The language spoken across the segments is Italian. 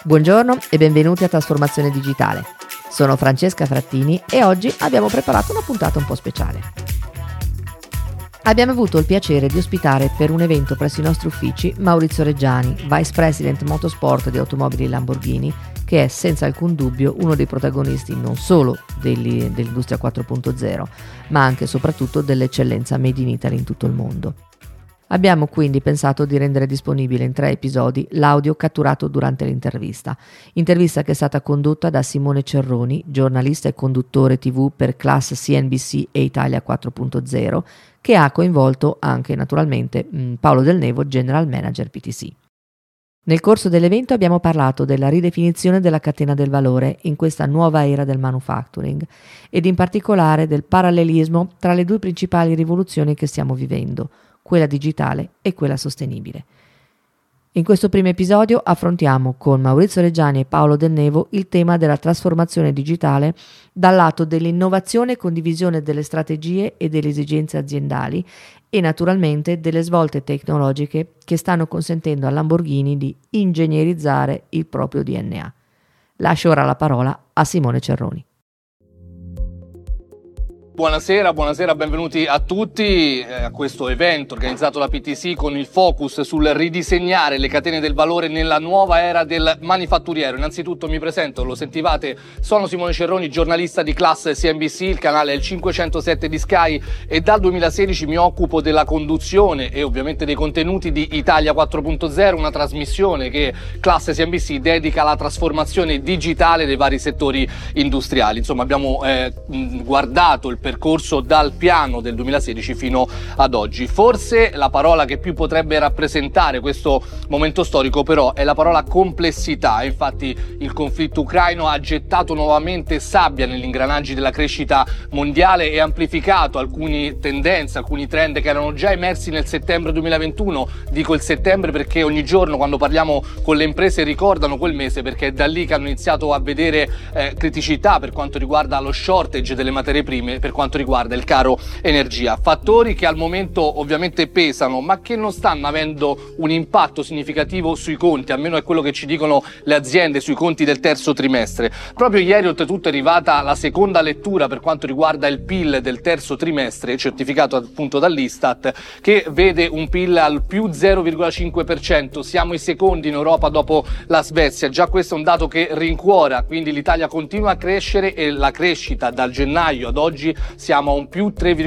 Buongiorno e benvenuti a Trasformazione Digitale. Sono Francesca Frattini e oggi abbiamo preparato una puntata un po' speciale. Abbiamo avuto il piacere di ospitare per un evento presso i nostri uffici Maurizio Reggiani, Vice President Motorsport di Automobili Lamborghini, che è senza alcun dubbio uno dei protagonisti non solo dell'industria 4.0, ma anche e soprattutto dell'eccellenza Made in Italy in tutto il mondo. Abbiamo quindi pensato di rendere disponibile in 3 episodi l'audio catturato durante l'intervista che è stata condotta da Simone Cerroni, giornalista e conduttore TV per Class CNBC e Italia 4.0, che ha coinvolto anche naturalmente Paolo Del Nevo, General Manager PTC. Nel corso dell'evento abbiamo parlato della ridefinizione della catena del valore in questa nuova era del manufacturing ed in particolare del parallelismo tra le 2 principali rivoluzioni che stiamo vivendo, quella digitale e quella sostenibile. In questo primo episodio affrontiamo con Maurizio Reggiani e Paolo Del Nevo il tema della trasformazione digitale dal lato dell'innovazione e condivisione delle strategie e delle esigenze aziendali e naturalmente delle svolte tecnologiche che stanno consentendo a Lamborghini di ingegnerizzare il proprio DNA. Lascio ora la parola a Simone Cerroni. Buonasera, benvenuti a tutti a questo evento organizzato da PTC con il focus sul ridisegnare le catene del valore nella nuova era del manifatturiero. Innanzitutto mi presento, lo sentivate, sono Simone Cerroni, giornalista di Class CNBC, il canale è il 507 di Sky e dal 2016 mi occupo della conduzione e ovviamente dei contenuti di Italia 4.0, una trasmissione che Class CNBC dedica alla trasformazione digitale dei vari settori industriali. Insomma, abbiamo guardato il percorso dal piano del 2016 fino ad oggi. Forse la parola che più potrebbe rappresentare questo momento storico però è la parola complessità. Infatti il conflitto ucraino ha gettato nuovamente sabbia negli ingranaggi della crescita mondiale e amplificato alcune tendenze, alcuni trend che erano già emersi nel settembre 2021. Dico il settembre perché ogni giorno quando parliamo con le imprese ricordano quel mese, perché è da lì che hanno iniziato a vedere criticità per quanto riguarda lo shortage delle materie prime, per quanto riguarda il caro energia. Fattori che al momento ovviamente pesano, ma che non stanno avendo un impatto significativo sui conti, almeno è quello che ci dicono le aziende sui conti del terzo trimestre. Proprio ieri oltretutto è arrivata la seconda lettura per quanto riguarda il PIL del terzo trimestre, certificato appunto dall'Istat, che vede un PIL al più 0,5%. Siamo i secondi in Europa dopo la Svezia. Già questo è un dato che rincuora, quindi l'Italia continua a crescere e la crescita dal gennaio ad oggi siamo a un più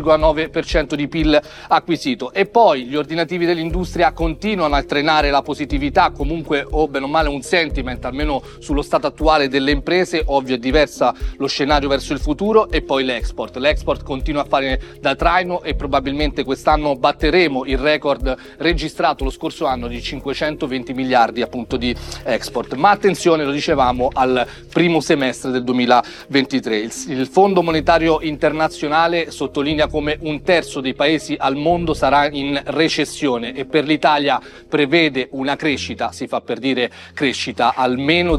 3,9% di PIL acquisito. E poi gli ordinativi dell'industria continuano a trainare la positività, comunque o bene o male un sentiment, almeno sullo stato attuale delle imprese. Ovvio è diversa lo scenario verso il futuro. E poi l'export continua a fare da traino e probabilmente quest'anno batteremo il record registrato lo scorso anno di 520 miliardi appunto di export. Ma attenzione, lo dicevamo, al primo semestre del 2023 il Fondo Monetario Internazionale sottolinea come 1/3 dei paesi al mondo sarà in recessione e per l'Italia prevede una crescita, si fa per dire crescita, almeno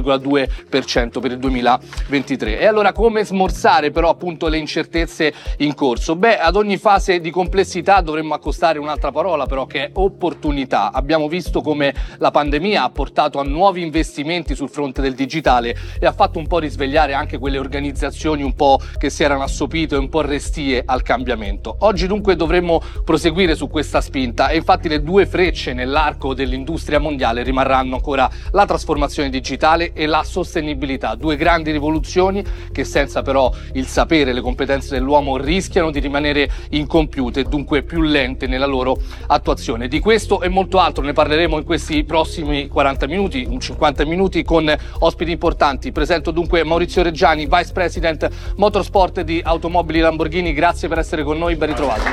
0,2% per il 2023. E allora come smorzare però appunto le incertezze in corso? Ad ogni fase di complessità dovremmo accostare un'altra parola però, che è opportunità. Abbiamo visto come la pandemia ha portato a nuovi investimenti sul fronte del digitale e ha fatto un po' risvegliare anche quelle organizzazioni un po' che si erano assopite e un po' restie al cambiamento. Oggi dunque dovremmo proseguire su questa spinta e infatti le 2 frecce nell'arco dell'industria mondiale rimarranno ancora la trasformazione digitale e la sostenibilità, 2 grandi rivoluzioni che senza però il sapere e le competenze dell'uomo rischiano di rimanere incompiute e dunque più lente nella loro attuazione. Di questo e molto altro ne parleremo in questi prossimi 40 minuti, 50 minuti con ospiti importanti. Presento dunque Maurizio Reggiani, Vice President Motorsport di Automobili Lamborghini. Grazie per essere con noi, ben ritrovato.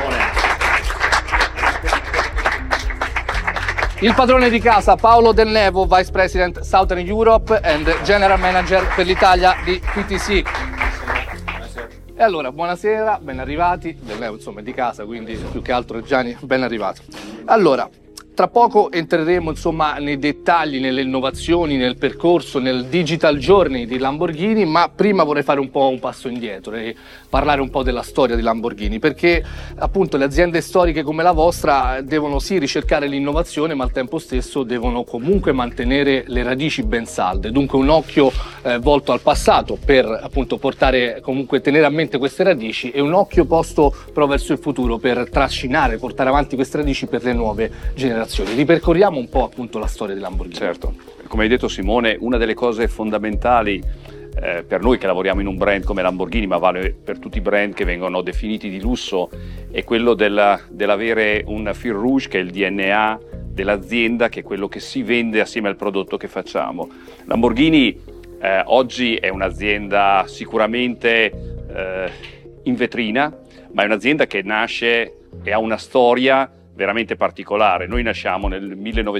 Il padrone di casa Paolo Del Nevo, Vice President Southern Europe and General Manager per l'Italia di PTC. E allora, buonasera, ben arrivati. Del Nevo insomma è di casa, quindi più che altro Reggiani, ben arrivato. Allora, Tra poco entreremo insomma nei dettagli, nelle innovazioni, nel percorso, nel digital journey di Lamborghini, ma prima vorrei fare un po' un passo indietro e parlare un po' della storia di Lamborghini, perché appunto le aziende storiche come la vostra devono sì ricercare l'innovazione, ma al tempo stesso devono comunque mantenere le radici ben salde. Dunque un occhio volto al passato per appunto tenere a mente queste radici, e un occhio posto però verso il futuro per trascinare, portare avanti queste radici per le nuove generazioni. Ripercorriamo un po' appunto la storia di Lamborghini. Certo, come hai detto Simone, una delle cose fondamentali per noi che lavoriamo in un brand come Lamborghini, ma vale per tutti i brand che vengono definiti di lusso, è quello dell'avere un fil rouge, che è il DNA dell'azienda, che è quello che si vende assieme al prodotto che facciamo. Lamborghini oggi è un'azienda sicuramente in vetrina, ma è un'azienda che nasce e ha una storia veramente particolare. Noi nasciamo nel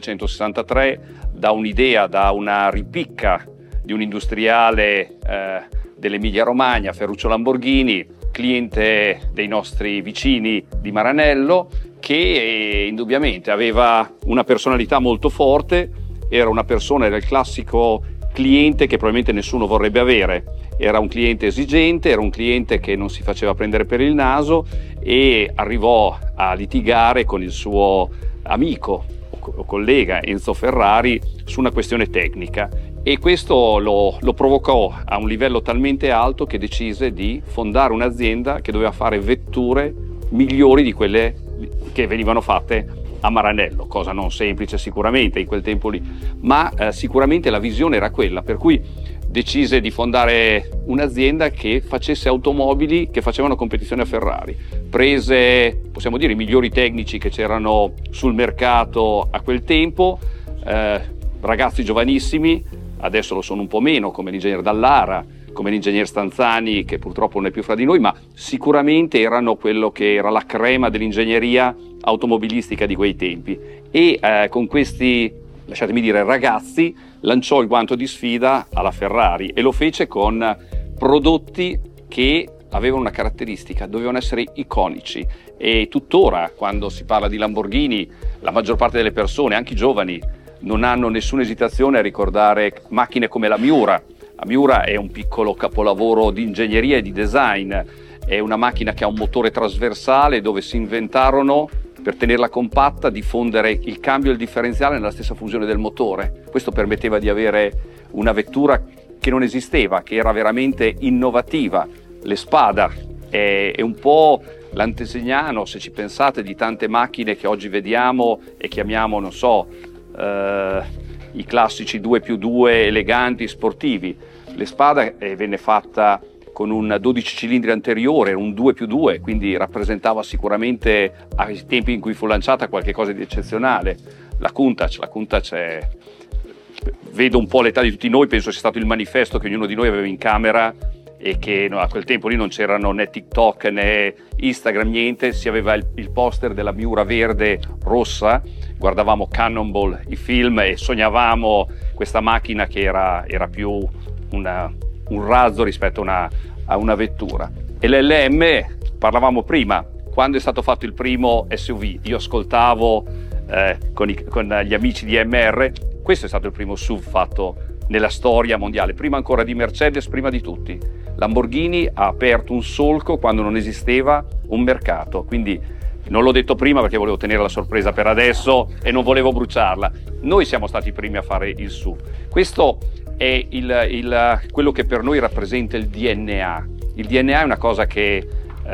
1963 da un'idea, da una ripicca di un industriale dell'Emilia Romagna, Ferruccio Lamborghini, cliente dei nostri vicini di Maranello, che indubbiamente aveva una personalità molto forte, era il classico cliente che probabilmente nessuno vorrebbe avere. Era un cliente esigente, era un cliente che non si faceva prendere per il naso, e arrivò a litigare con il suo amico o collega Enzo Ferrari su una questione tecnica, e questo lo provocò a un livello talmente alto che decise di fondare un'azienda che doveva fare vetture migliori di quelle che venivano fatte a Maranello, cosa non semplice sicuramente in quel tempo lì, ma sicuramente la visione era quella, per cui decise di fondare un'azienda che facesse automobili che facevano competizione a Ferrari. Prese, possiamo dire, i migliori tecnici che c'erano sul mercato a quel tempo, ragazzi giovanissimi, adesso lo sono un po' meno, come l'ingegner Dallara, come l'ingegner Stanzani, che purtroppo non è più fra di noi, ma sicuramente erano quello che era la crema dell'ingegneria automobilistica di quei tempi. E con questi, lasciatemi dire, ragazzi, lanciò il guanto di sfida alla Ferrari, e lo fece con prodotti che avevano una caratteristica: dovevano essere iconici. E tuttora, quando si parla di Lamborghini, la maggior parte delle persone, anche i giovani, non hanno nessuna esitazione a ricordare macchine come la Miura. La Miura è un piccolo capolavoro di ingegneria e di design, è una macchina che ha un motore trasversale, dove si inventarono, per tenerla compatta, di fondere il cambio e il differenziale nella stessa fusione del motore. Questo permetteva di avere una vettura che non esisteva, che era veramente innovativa. Le Spada è un po' l'antesignano, se ci pensate, di tante macchine che oggi vediamo e chiamiamo, non so, i classici 2+2 eleganti, sportivi. Le Spada venne fatta con un 12 cilindri anteriore, un 2+2, quindi rappresentava sicuramente, ai tempi in cui fu lanciata, qualcosa di eccezionale. La Countach è, vedo un po' l'età di tutti noi, penso sia stato il manifesto che ognuno di noi aveva in camera, e che a quel tempo lì non c'erano né TikTok né Instagram, niente, si aveva il poster della Miura verde rossa, guardavamo Cannonball, i film, e sognavamo questa macchina che era più un razzo rispetto a una vettura. E l'LM, parlavamo prima, quando è stato fatto il primo SUV, io ascoltavo con gli amici di MR, questo è stato il primo SUV fatto nella storia mondiale, prima ancora di Mercedes, prima di tutti. Lamborghini ha aperto un solco quando non esisteva un mercato, quindi non l'ho detto prima perché volevo tenere la sorpresa per adesso e non volevo bruciarla. Noi siamo stati i primi a fare il SUV. Questo è quello che per noi rappresenta il DNA. Il DNA è una cosa che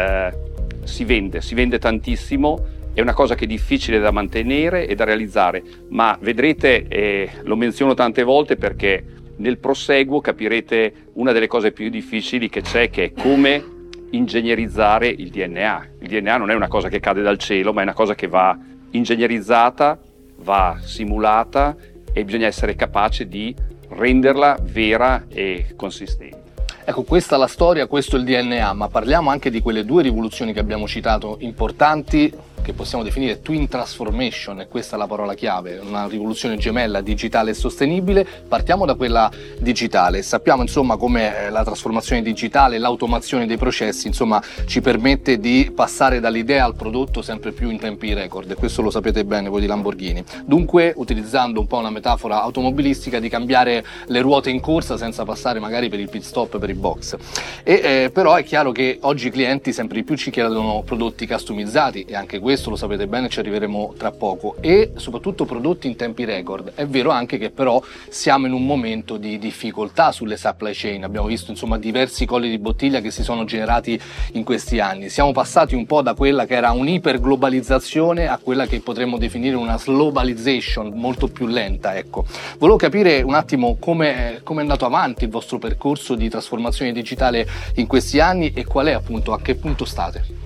si vende tantissimo, è una cosa che è difficile da mantenere e da realizzare, ma vedrete, e lo menziono tante volte perché nel proseguo capirete una delle cose più difficili che c'è, che è come ingegnerizzare il DNA. Il DNA non è una cosa che cade dal cielo, ma è una cosa che va ingegnerizzata, va simulata, e bisogna essere capaci di renderla vera e consistente. Ecco, questa è la storia, questo è il DNA, ma parliamo anche di quelle due rivoluzioni che abbiamo citato, importanti, che possiamo definire twin transformation, e questa è la parola chiave, una rivoluzione gemella digitale e sostenibile. Partiamo da quella digitale. Sappiamo insomma come la trasformazione digitale, l'automazione dei processi insomma ci permette di passare dall'idea al prodotto sempre più in tempi record, e questo lo sapete bene voi di Lamborghini. Dunque, utilizzando un po' una metafora automobilistica, di cambiare le ruote in corsa senza passare magari per il pit stop, per i box. Però è chiaro che oggi i clienti sempre di più ci chiedono prodotti customizzati, e anche questo lo sapete bene, ci arriveremo tra poco, e soprattutto prodotti in tempi record. È vero anche che però siamo in un momento di difficoltà sulle supply chain, abbiamo visto insomma diversi colli di bottiglia che si sono generati in questi anni. Siamo passati un po' da quella che era un'iperglobalizzazione a quella che potremmo definire una slowbalization, molto più lenta, ecco. Volevo capire un attimo come è andato avanti il vostro percorso di trasformazione digitale in questi anni, e qual è appunto, a che punto state?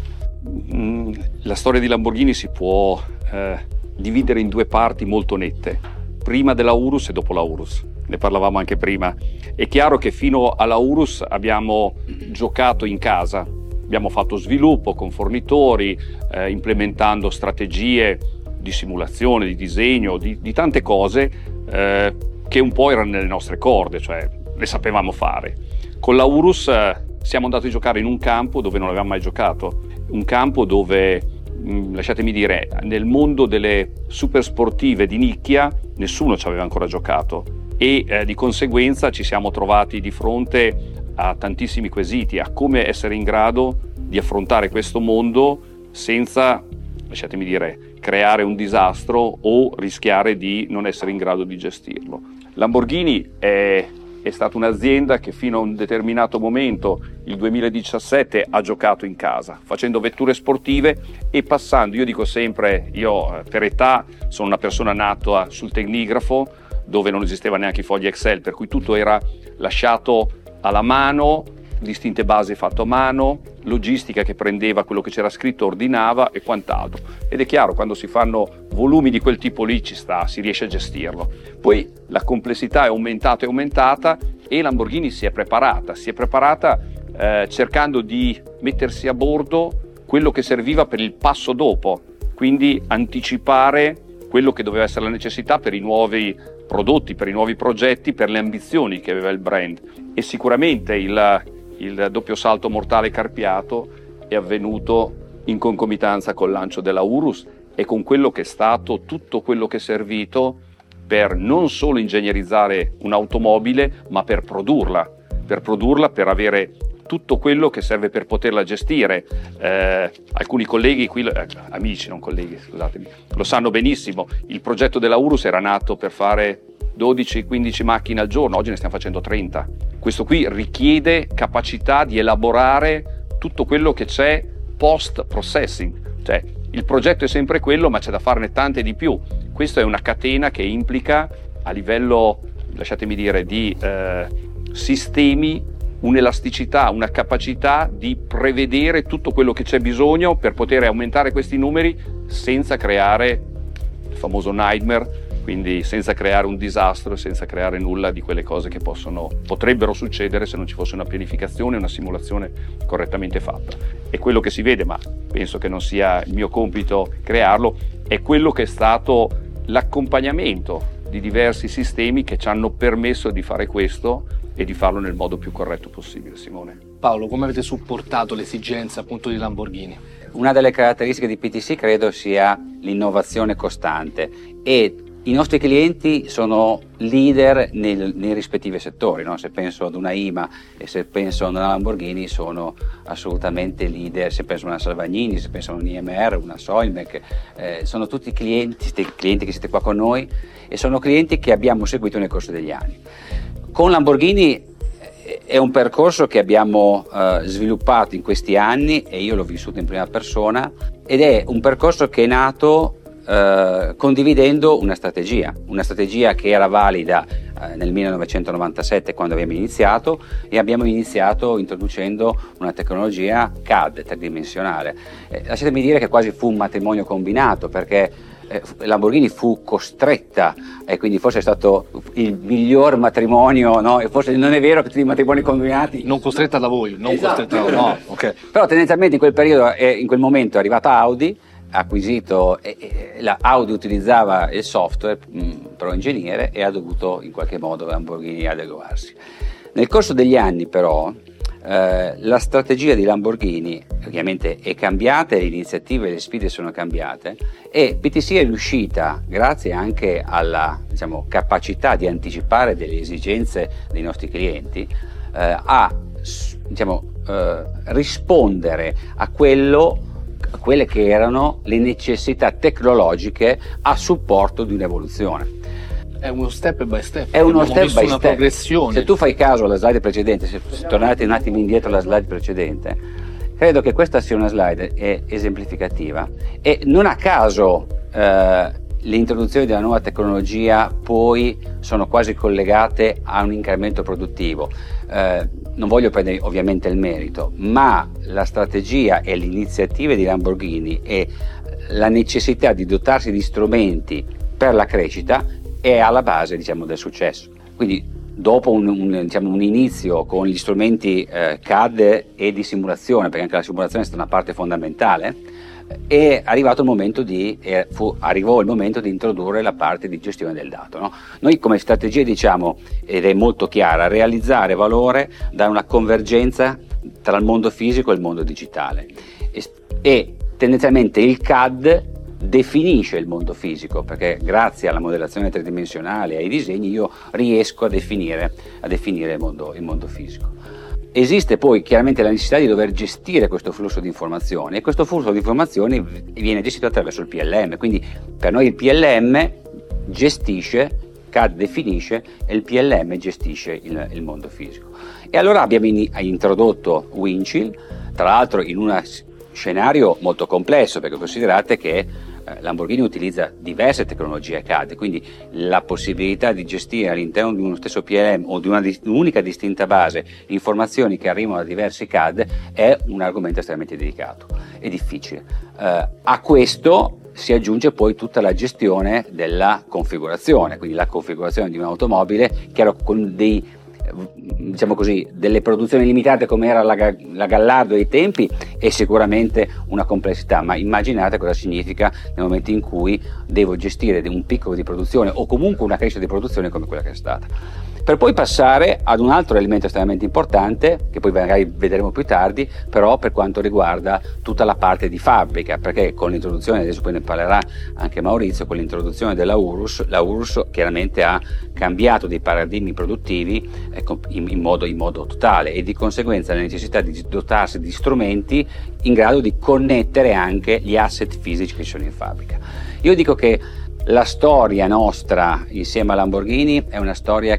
La storia di Lamborghini si può dividere in due parti molto nette, prima della Urus e dopo la Urus. Ne parlavamo anche prima. È chiaro che fino alla Urus abbiamo giocato in casa, abbiamo fatto sviluppo con fornitori, implementando strategie di simulazione, di disegno, di tante cose che un po' erano nelle nostre corde, cioè le sapevamo fare. Con la Urus siamo andati a giocare in un campo dove non avevamo mai giocato, un campo dove, lasciatemi dire, nel mondo delle super sportive di nicchia nessuno ci aveva ancora giocato, e di conseguenza ci siamo trovati di fronte a tantissimi quesiti, a come essere in grado di affrontare questo mondo senza, lasciatemi dire, creare un disastro o rischiare di non essere in grado di gestirlo. Lamborghini è stata un'azienda che fino a un determinato momento, il 2017, ha giocato in casa, facendo vetture sportive e passando, io dico sempre, io per età sono una persona nata sul tecnigrafo, dove non esisteva neanche i fogli Excel, per cui tutto era lasciato alla mano, distinte basi fatto a mano, logistica che prendeva quello che c'era scritto, ordinava e quant'altro. Ed è chiaro, quando si fanno volumi di quel tipo lì si riesce a gestirlo. Poi la complessità è aumentata e Lamborghini si è preparata cercando di mettersi a bordo quello che serviva per il passo dopo, quindi anticipare quello che doveva essere la necessità per i nuovi prodotti, per i nuovi progetti, per le ambizioni che aveva il brand. E sicuramente il doppio salto mortale carpiato è avvenuto in concomitanza col lancio della Urus e con quello che è stato tutto quello che è servito per non solo ingegnerizzare un'automobile, ma per produrla, per avere tutto quello che serve per poterla gestire. Alcuni colleghi qui, amici, non colleghi, scusatemi, lo sanno benissimo. Il progetto della Urus era nato per fare 12-15 macchine al giorno, oggi ne stiamo facendo 30. Questo qui richiede capacità di elaborare tutto quello che c'è post-processing, cioè il progetto è sempre quello, ma c'è da farne tante di più. Questa è una catena che implica a livello, lasciatemi dire, di sistemi, un'elasticità, una capacità di prevedere tutto quello che c'è bisogno per poter aumentare questi numeri senza creare il famoso nightmare, quindi senza creare un disastro e senza creare nulla di quelle cose che potrebbero succedere se non ci fosse una pianificazione e una simulazione correttamente fatta. E quello che si vede, ma penso che non sia il mio compito crearlo, è quello che è stato l'accompagnamento di diversi sistemi che ci hanno permesso di fare questo e di farlo nel modo più corretto possibile. Simone. Paolo, come avete supportato le esigenze appunto di Lamborghini? Una delle caratteristiche di PTC credo sia l'innovazione costante, e i nostri clienti sono leader nei rispettivi settori, no? Se penso ad una IMA e se penso a una Lamborghini sono assolutamente leader, se penso a una Salvagnini, se penso a un IMR, una Soilmec, sono tutti clienti che siete qua con noi e sono clienti che abbiamo seguito nel corso degli anni. Con Lamborghini è un percorso che abbiamo sviluppato in questi anni e io l'ho vissuto in prima persona, ed è un percorso che è nato condividendo una strategia che era valida nel 1997 quando abbiamo iniziato, e abbiamo iniziato introducendo una tecnologia CAD tridimensionale. Lasciatemi dire che quasi fu un matrimonio combinato, perché Lamborghini fu costretta, e quindi forse è stato il miglior matrimonio, no? E forse non è vero che tutti i matrimoni combinati non costretta da voi, non esatto. Costretta, no, okay. Però tendenzialmente in quel periodo, in quel momento è arrivata Audi, acquisito, la Audi utilizzava il software Pro Ingegnere e ha dovuto in qualche modo Lamborghini adeguarsi. Nel corso degli anni però la strategia di Lamborghini ovviamente è cambiata, le iniziative e le sfide sono cambiate e PTC è riuscita, grazie anche alla capacità di anticipare delle esigenze dei nostri clienti, a rispondere a quelle che erano le necessità tecnologiche a supporto di un'evoluzione. È uno step by step. È uno step by una step. progressione. Se tu fai caso alla slide precedente, se tornate un attimo indietro alla slide precedente, credo che questa sia una slide esemplificativa e non a caso le introduzioni della nuova tecnologia poi sono quasi collegate a un incremento produttivo. Non voglio prendere ovviamente il merito, ma la strategia e le iniziative di Lamborghini e la necessità di dotarsi di strumenti per la crescita è alla base del successo. Quindi dopo un inizio con gli strumenti CAD e di simulazione, perché anche la simulazione è stata una parte fondamentale, arrivò il momento di introdurre la parte di gestione del dato, no? Noi come strategia diciamo, ed è molto chiara, realizzare valore da una convergenza tra il mondo fisico e il mondo digitale e tendenzialmente il CAD definisce il mondo fisico, perché grazie alla modellazione tridimensionale e ai disegni io riesco a definire il mondo fisico. Esiste poi chiaramente la necessità di dover gestire questo flusso di informazioni e questo flusso di informazioni viene gestito attraverso il PLM, quindi per noi il PLM gestisce, CAD definisce e il PLM gestisce il mondo fisico. E allora abbiamo introdotto Windchill, tra l'altro in un scenario molto complesso, perché considerate che Lamborghini utilizza diverse tecnologie CAD, quindi la possibilità di gestire all'interno di uno stesso PLM o di un'unica distinta base informazioni che arrivano da diversi CAD è un argomento estremamente delicato e difficile. A questo si aggiunge poi tutta la gestione della configurazione, quindi la configurazione di un'automobile, chiaro, con delle produzioni limitate come era la Gallardo ai tempi è sicuramente una complessità, ma immaginate cosa significa nel momento in cui devo gestire un picco di produzione o comunque una crescita di produzione come quella che è stata. Per poi passare ad un altro elemento estremamente importante, che poi magari vedremo più tardi, però per quanto riguarda tutta la parte di fabbrica, perché con l'introduzione, adesso poi ne parlerà anche Maurizio, con l'introduzione della Urus, la Urus chiaramente ha cambiato dei paradigmi produttivi in modo totale e di conseguenza la necessità di dotarsi di strumenti in grado di connettere anche gli asset fisici che ci sono in fabbrica. Io dico che la storia nostra insieme a Lamborghini è una storia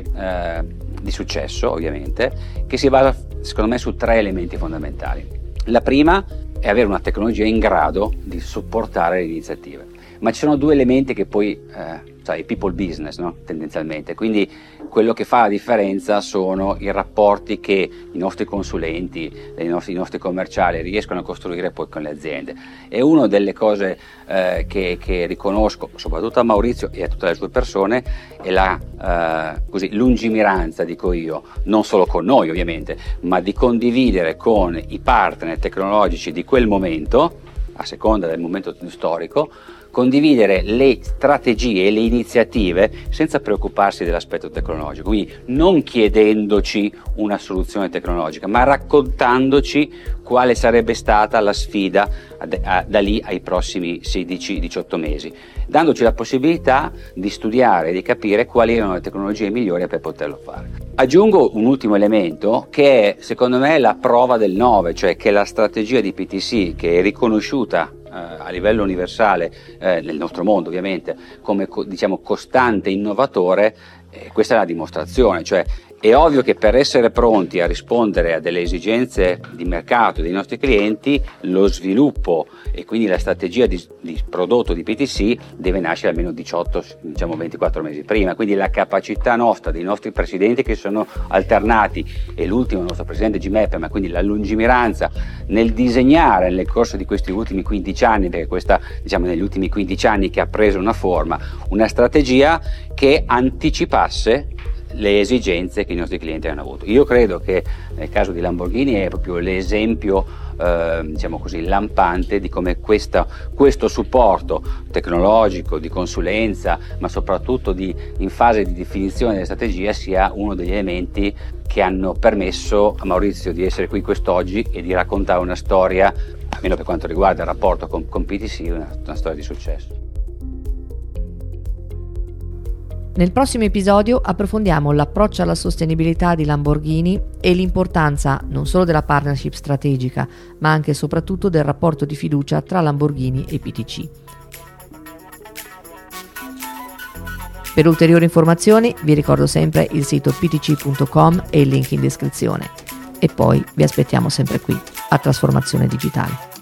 di successo, ovviamente, che si basa secondo me su 3 elementi fondamentali. La prima è avere una tecnologia in grado di supportare le iniziative, ma ci sono 2 elementi che poi i people business, no? Tendenzialmente, quindi quello che fa la differenza sono i rapporti che i nostri consulenti, i nostri commerciali riescono a costruire poi con le aziende. E una delle cose che riconosco soprattutto a Maurizio e a tutte le sue persone è la lungimiranza, dico io, non solo con noi ovviamente, ma di condividere con i partner tecnologici di quel momento, a seconda del momento storico, condividere le strategie e le iniziative senza preoccuparsi dell'aspetto tecnologico, quindi non chiedendoci una soluzione tecnologica, ma raccontandoci quale sarebbe stata la sfida da lì ai prossimi 16-18 mesi, dandoci la possibilità di studiare e di capire quali erano le tecnologie migliori per poterlo fare. Aggiungo un ultimo elemento che è secondo me la prova del 9, cioè che la strategia di PTC, che è riconosciuta a livello universale nel nostro mondo ovviamente come costante innovatore, questa è la dimostrazione, cioè è ovvio che per essere pronti a rispondere a delle esigenze di mercato dei nostri clienti, lo sviluppo e quindi la strategia di prodotto di PTC deve nascere almeno 18-24 mesi prima, quindi la capacità nostra, dei nostri presidenti che sono alternati e l'ultimo il nostro presidente GMEP, ma quindi la lungimiranza nel disegnare nel corso di questi ultimi 15 anni, perché questa negli ultimi 15 anni che ha preso una forma, una strategia che anticipasse le esigenze che i nostri clienti hanno avuto. Io credo che nel caso di Lamborghini è proprio l'esempio diciamo così lampante di come questo supporto tecnologico, di consulenza, ma soprattutto in fase di definizione della strategia sia uno degli elementi che hanno permesso a Maurizio di essere qui quest'oggi e di raccontare una storia, almeno per quanto riguarda il rapporto con PTC, una storia di successo. Nel prossimo episodio approfondiamo l'approccio alla sostenibilità di Lamborghini e l'importanza non solo della partnership strategica, ma anche e soprattutto del rapporto di fiducia tra Lamborghini e PTC. Per ulteriori informazioni vi ricordo sempre il sito ptc.com e il link in descrizione. E poi vi aspettiamo sempre qui a Trasformazione Digitale.